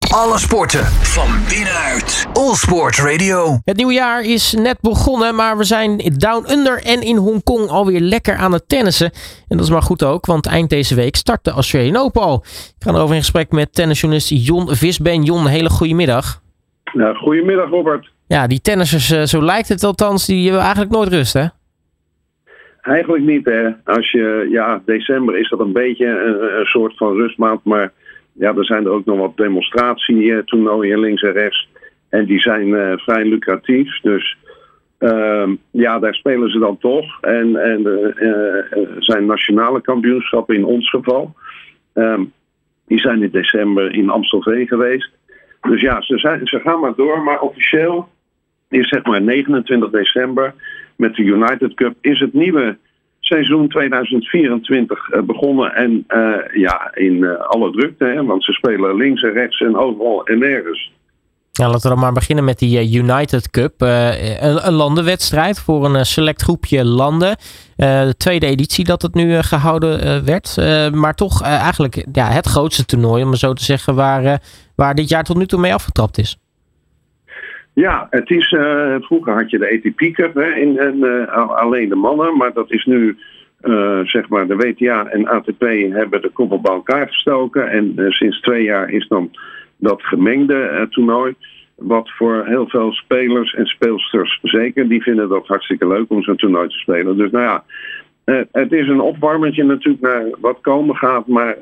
Alle sporten van binnenuit. All Sport Radio. Het nieuwe jaar is net begonnen, maar we zijn down under en in Hongkong alweer lekker aan het tennissen. En dat is maar goed ook, want eind deze week start de Australian Open al. Ik ga erover in gesprek met tennisjournalist Jon Visben. Jon, hele goede middag. Ja, goedemiddag, Robert. Ja, die tennissers, zo lijkt het althans, die hebben eigenlijk nooit rust, hè? Eigenlijk niet, hè. December is dat een beetje een soort van rustmaand, maar ja, er zijn er ook nog wat demonstratietoernooien links en rechts. En die zijn vrij lucratief. Dus daar spelen ze dan toch. En zijn nationale kampioenschappen in ons geval. Die zijn in december in Amstelveen geweest. Dus ja, ze gaan maar door. Maar officieel is zeg maar 29 december met de United Cup is het nieuwe seizoen 2024 begonnen. En in alle drukte, hè, want ze spelen links en rechts en overal en nergens. Ja, laten we dan maar beginnen met die United Cup. Een landenwedstrijd voor een select groepje landen. De tweede editie dat het nu gehouden werd. Maar toch eigenlijk het grootste toernooi, om het zo te zeggen, waar dit jaar tot nu toe mee afgetrapt is. Ja, het is, vroeger had je de ATP Cup alleen de mannen, maar dat is nu, zeg maar, de WTA en ATP hebben de koppel bij elkaar gestoken. En sinds 2 jaar is dan dat gemengde toernooi, wat voor heel veel spelers en speelsters zeker, die vinden dat hartstikke leuk om zo'n toernooi te spelen. Dus nou ja, het is een opwarmertje natuurlijk naar wat komen gaat, maar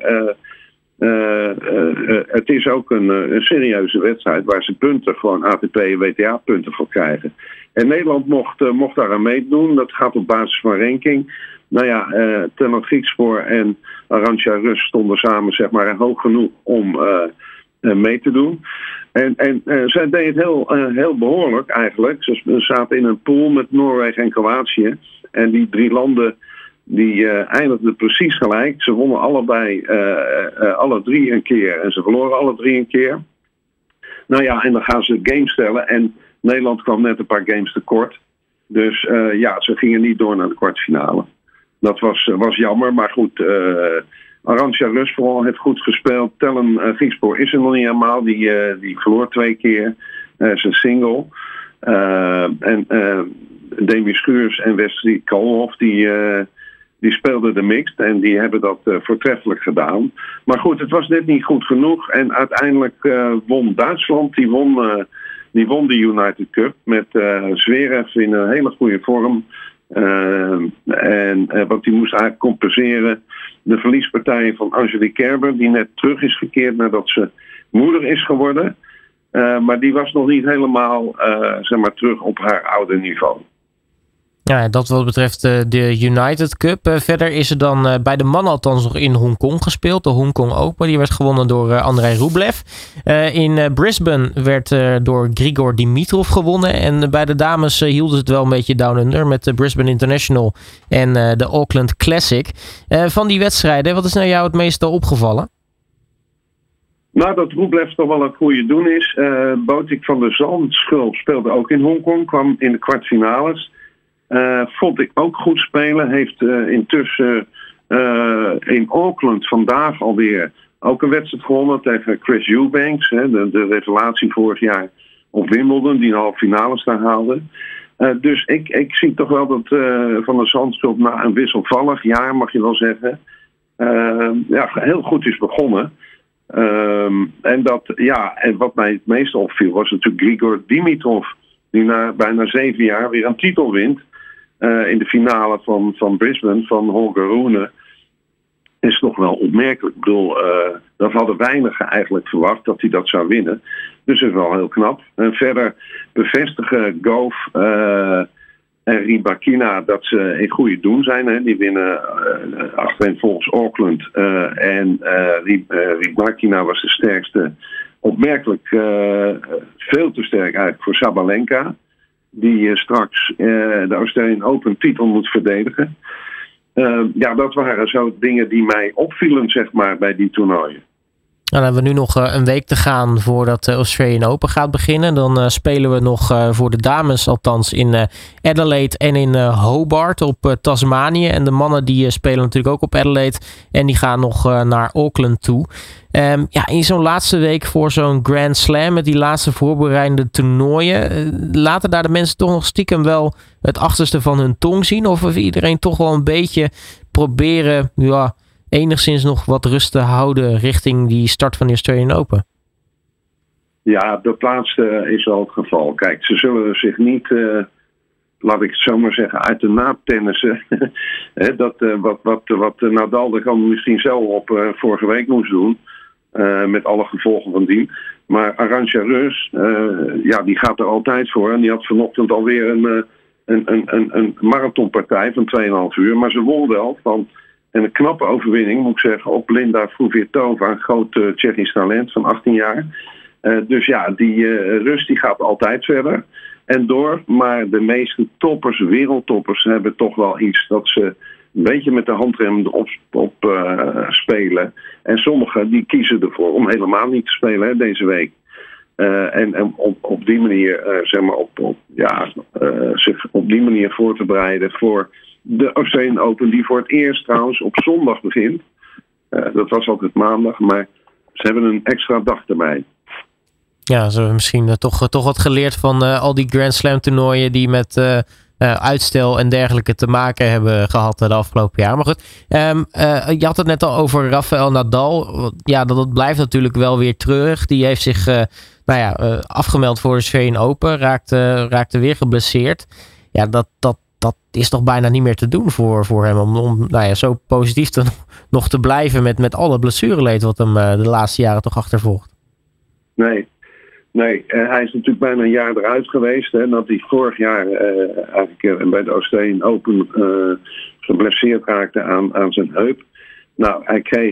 het is ook een serieuze wedstrijd waar ze punten, gewoon ATP en WTA punten voor krijgen. En Nederland mocht daar aan meedoen. Dat gaat op basis van ranking. Nou ja, Temma Griekspoor en Arantxa Rus stonden samen, zeg maar, hoog genoeg om mee te doen. En zij deed het heel behoorlijk eigenlijk. Ze zaten in een pool met Noorwegen en Kroatië. En die 3 landen die eindigden precies gelijk. Ze wonnen allebei alle 3 een keer. En ze verloren alle 3 een keer. Nou ja, en dan gaan ze games stellen. En Nederland kwam net een paar games tekort. Dus ze gingen niet door naar de kwartfinale. Dat was jammer, maar goed. Arantxa Rus vooral heeft goed gespeeld. Tellen Griekspoor is er nog niet helemaal. Die verloor 2 keer. Zijn single. En Demi Schuurs en Wesley Koolhof die speelden de mixed en die hebben dat voortreffelijk gedaan. Maar goed, het was net niet goed genoeg. En uiteindelijk won Duitsland. Die won de United Cup met Zverev in een hele goede vorm. Want die moest eigenlijk compenseren de verliespartijen van Angelique Kerber, die net terug is gekeerd nadat ze moeder is geworden. Maar die was nog niet helemaal terug op haar oude niveau. Ja, dat wat betreft de United Cup. Verder is er dan bij de mannen althans nog in Hongkong gespeeld. De Hongkong Open. Die werd gewonnen door Andrei Rublev. In Brisbane werd door Grigor Dimitrov gewonnen. En bij de dames hielden ze het wel een beetje down under met de Brisbane International en de Auckland Classic. Van die wedstrijden, wat is nou jou het meeste opgevallen? Nou, dat Rublev toch wel een goede doen is. Botik van der Zandschulp speelde ook in Hongkong. Kwam in de kwartfinales. Vond ik ook goed spelen. Heeft intussen in Auckland vandaag alweer ook een wedstrijd gewonnen tegen Chris Eubanks. De revelatie vorig jaar op Wimbledon, die een halve finales daar haalde. Dus ik zie toch wel dat Van der Zandschulp na een wisselvallig jaar, mag je wel zeggen, heel goed is begonnen. En wat mij het meest opviel was natuurlijk Grigor Dimitrov, die na bijna 7 jaar weer een titel wint. In de finale van Brisbane, van Holger Rune. Is toch wel opmerkelijk. Ik bedoel, dat hadden weinigen eigenlijk verwacht dat hij dat zou winnen. Dus dat is wel heel knap. En verder bevestigen Gauff en Rybakina dat ze in goede doen zijn. Hè. Die winnen achtereenvolgens Auckland. En Rybakina was de sterkste. Opmerkelijk veel te sterk eigenlijk voor Sabalenka. Die straks de Australian Open titel moet verdedigen. Dat waren zo dingen die mij opvielen, zeg maar, bij die toernooien. Dan hebben we nu nog een week te gaan voordat de Australian Open gaat beginnen. Dan spelen we nog voor de dames althans in Adelaide en in Hobart op Tasmanië. En de mannen die spelen natuurlijk ook op Adelaide. En die gaan nog naar Auckland toe. In zo'n laatste week voor zo'n Grand Slam met die laatste voorbereidende toernooien. Laten daar de mensen toch nog stiekem wel het achterste van hun tong zien? Of we iedereen toch wel een beetje proberen... enigszins nog wat rust te houden richting die start van de Australian Open? Ja, dat laatste is wel het geval. Kijk, ze zullen zich niet, laat ik het zo maar zeggen, uit de naad tennissen. Wat Nadal er dan misschien zelf op vorige week moest doen. Met alle gevolgen van die. Maar Arantxa Rus, die gaat er altijd voor. En die had vanochtend alweer een marathonpartij van 2,5 uur. Maar ze won wel van... En een knappe overwinning, moet ik zeggen, op Linda Fruhvirtova, een groot Tsjechisch talent van 18 jaar. Die Rus die gaat altijd verder en door. Maar de meeste toppers, wereldtoppers, hebben toch wel iets dat ze een beetje met de handrem op spelen. En sommigen die kiezen ervoor om helemaal niet te spelen deze week. En op die manier, zich op die manier voor te bereiden voor... de Australian Open, die voor het eerst trouwens op zondag begint. Dat was altijd maandag, maar ze hebben een extra dag erbij. Ja, ze hebben misschien toch wat geleerd van al die Grand Slam toernooien die met uitstel en dergelijke te maken hebben gehad de afgelopen jaar. Maar goed, je had het net al over Rafael Nadal. Ja, dat blijft natuurlijk wel weer treurig. Die heeft zich afgemeld voor de Australian Open, raakte weer geblesseerd. Ja, dat is toch bijna niet meer te doen voor hem om zo positief nog te blijven met alle blessureleed wat hem de laatste jaren toch achtervolgt. Nee, hij is natuurlijk bijna een jaar eruit geweest. Hè, dat hij vorig jaar eigenlijk bij de Australian Open geblesseerd raakte aan zijn heup. Nou,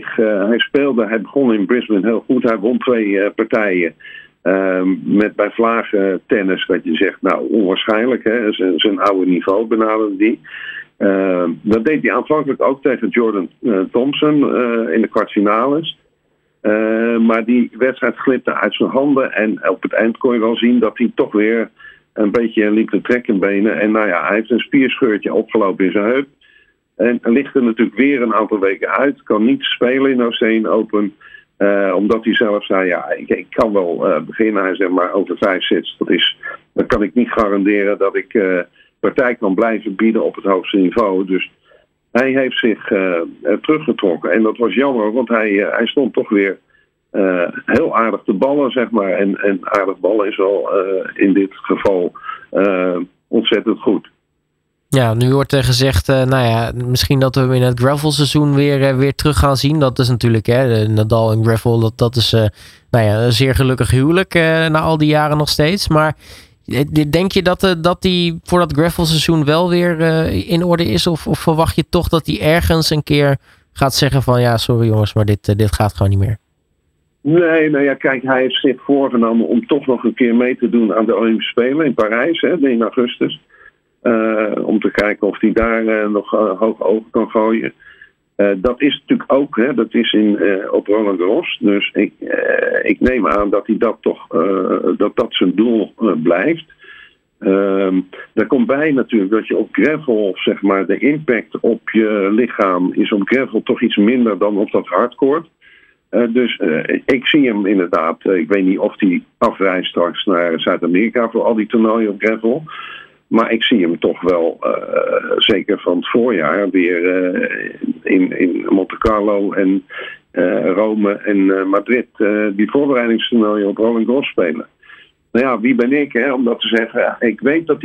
hij begon in Brisbane heel goed. Hij won 2 partijen. Met bij vlagen tennis dat je zegt, nou onwaarschijnlijk, hè, zijn oude niveau benaderde die. Dat deed hij aanvankelijk ook tegen Jordan Thompson in de kwartfinales. Maar die wedstrijd glipte uit zijn handen en op het eind kon je wel zien dat hij toch weer een beetje liep te trekken in benen. En hij heeft een spierscheurtje opgelopen in zijn heup. En ligt er natuurlijk weer een aantal weken uit. Kan niet spelen in de Australian Open. Omdat hij zelf zei, ik kan wel beginnen. Hij zegt maar over 5 sets. Dan kan ik niet garanderen dat ik partij kan blijven bieden op het hoogste niveau. Dus hij heeft zich teruggetrokken. En dat was jammer, want hij stond toch weer heel aardig te ballen, zeg maar. En aardig ballen is wel in dit geval ontzettend goed. Ja, nu wordt er gezegd, misschien dat we hem in het gravelseizoen weer terug gaan zien. Dat is natuurlijk, Nadal en gravel, dat is een zeer gelukkig huwelijk na al die jaren nog steeds. Maar denk je dat die voor dat gravelseizoen wel weer in orde is? Of verwacht je toch dat hij ergens een keer gaat zeggen van, sorry jongens, maar dit gaat gewoon niet meer? Nee, kijk, hij heeft zich voorgenomen om toch nog een keer mee te doen aan de Olympische Spelen in Parijs, in augustus. Om te kijken of hij daar nog hoog ogen kan gooien. Dat is natuurlijk ook, dat is op Roland Garros. Dus ik neem aan dat hij dat toch, dat zijn doel blijft. Daar komt bij natuurlijk dat je op gravel, zeg maar, de impact op je lichaam is op gravel toch iets minder dan op dat hardcourt. Dus ik zie hem inderdaad, ik weet niet of hij afreist straks naar Zuid-Amerika voor al die toernooien op gravel. Maar ik zie hem toch wel, zeker van het voorjaar, weer in Monte Carlo en Rome en Madrid die voorbereidingstoernooien op Roland Garros spelen. Nou ja, wie ben ik om dat te zeggen? Ik weet dat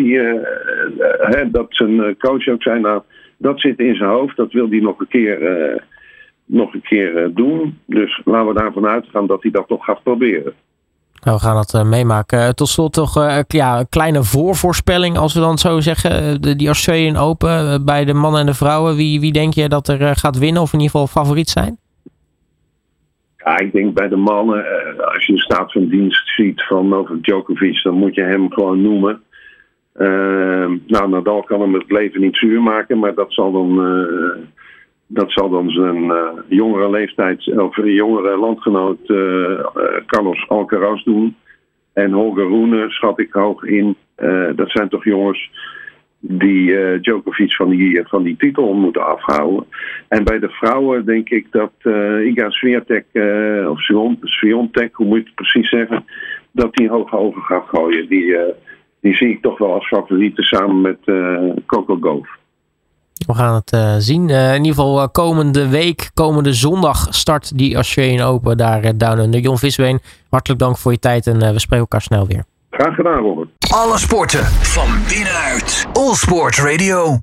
dat zijn coach ook zei, nou, dat zit in zijn hoofd, dat wil hij nog een keer doen. Dus laten we daarvan uitgaan dat hij dat toch gaat proberen. Nou, we gaan het meemaken. Tot slot toch een kleine voorvoorspelling, als we dan zo zeggen. Die Australian Open bij de mannen en de vrouwen. Wie denk je dat er gaat winnen of in ieder geval favoriet zijn? Ja, ik denk bij de mannen, als je een staat van dienst ziet van Novak Djokovic, dan moet je hem gewoon noemen. Nadal kan hem het leven niet zuur maken, maar dat zal dan Dat zal dan zijn jongere leeftijd, of jongere landgenoot Carlos Alcaraz doen. En Holger Rune schat ik hoog in. Dat zijn toch jongens die Djokovic van die titel moeten afhouden. En bij de vrouwen denk ik dat Iga Swiatek, of Swiatek, hoe moet je het precies zeggen, dat die hoge ogen gaat gooien. Die zie ik toch wel als favoriete samen met Coco Gauff. We gaan het zien. In ieder geval komende zondag start die Australian Open daar Down Under. Jon Visbeen, hartelijk dank voor je tijd en we spreken elkaar snel weer. Graag gedaan, Robert. Alle sporten van binnenuit. All Sport Radio.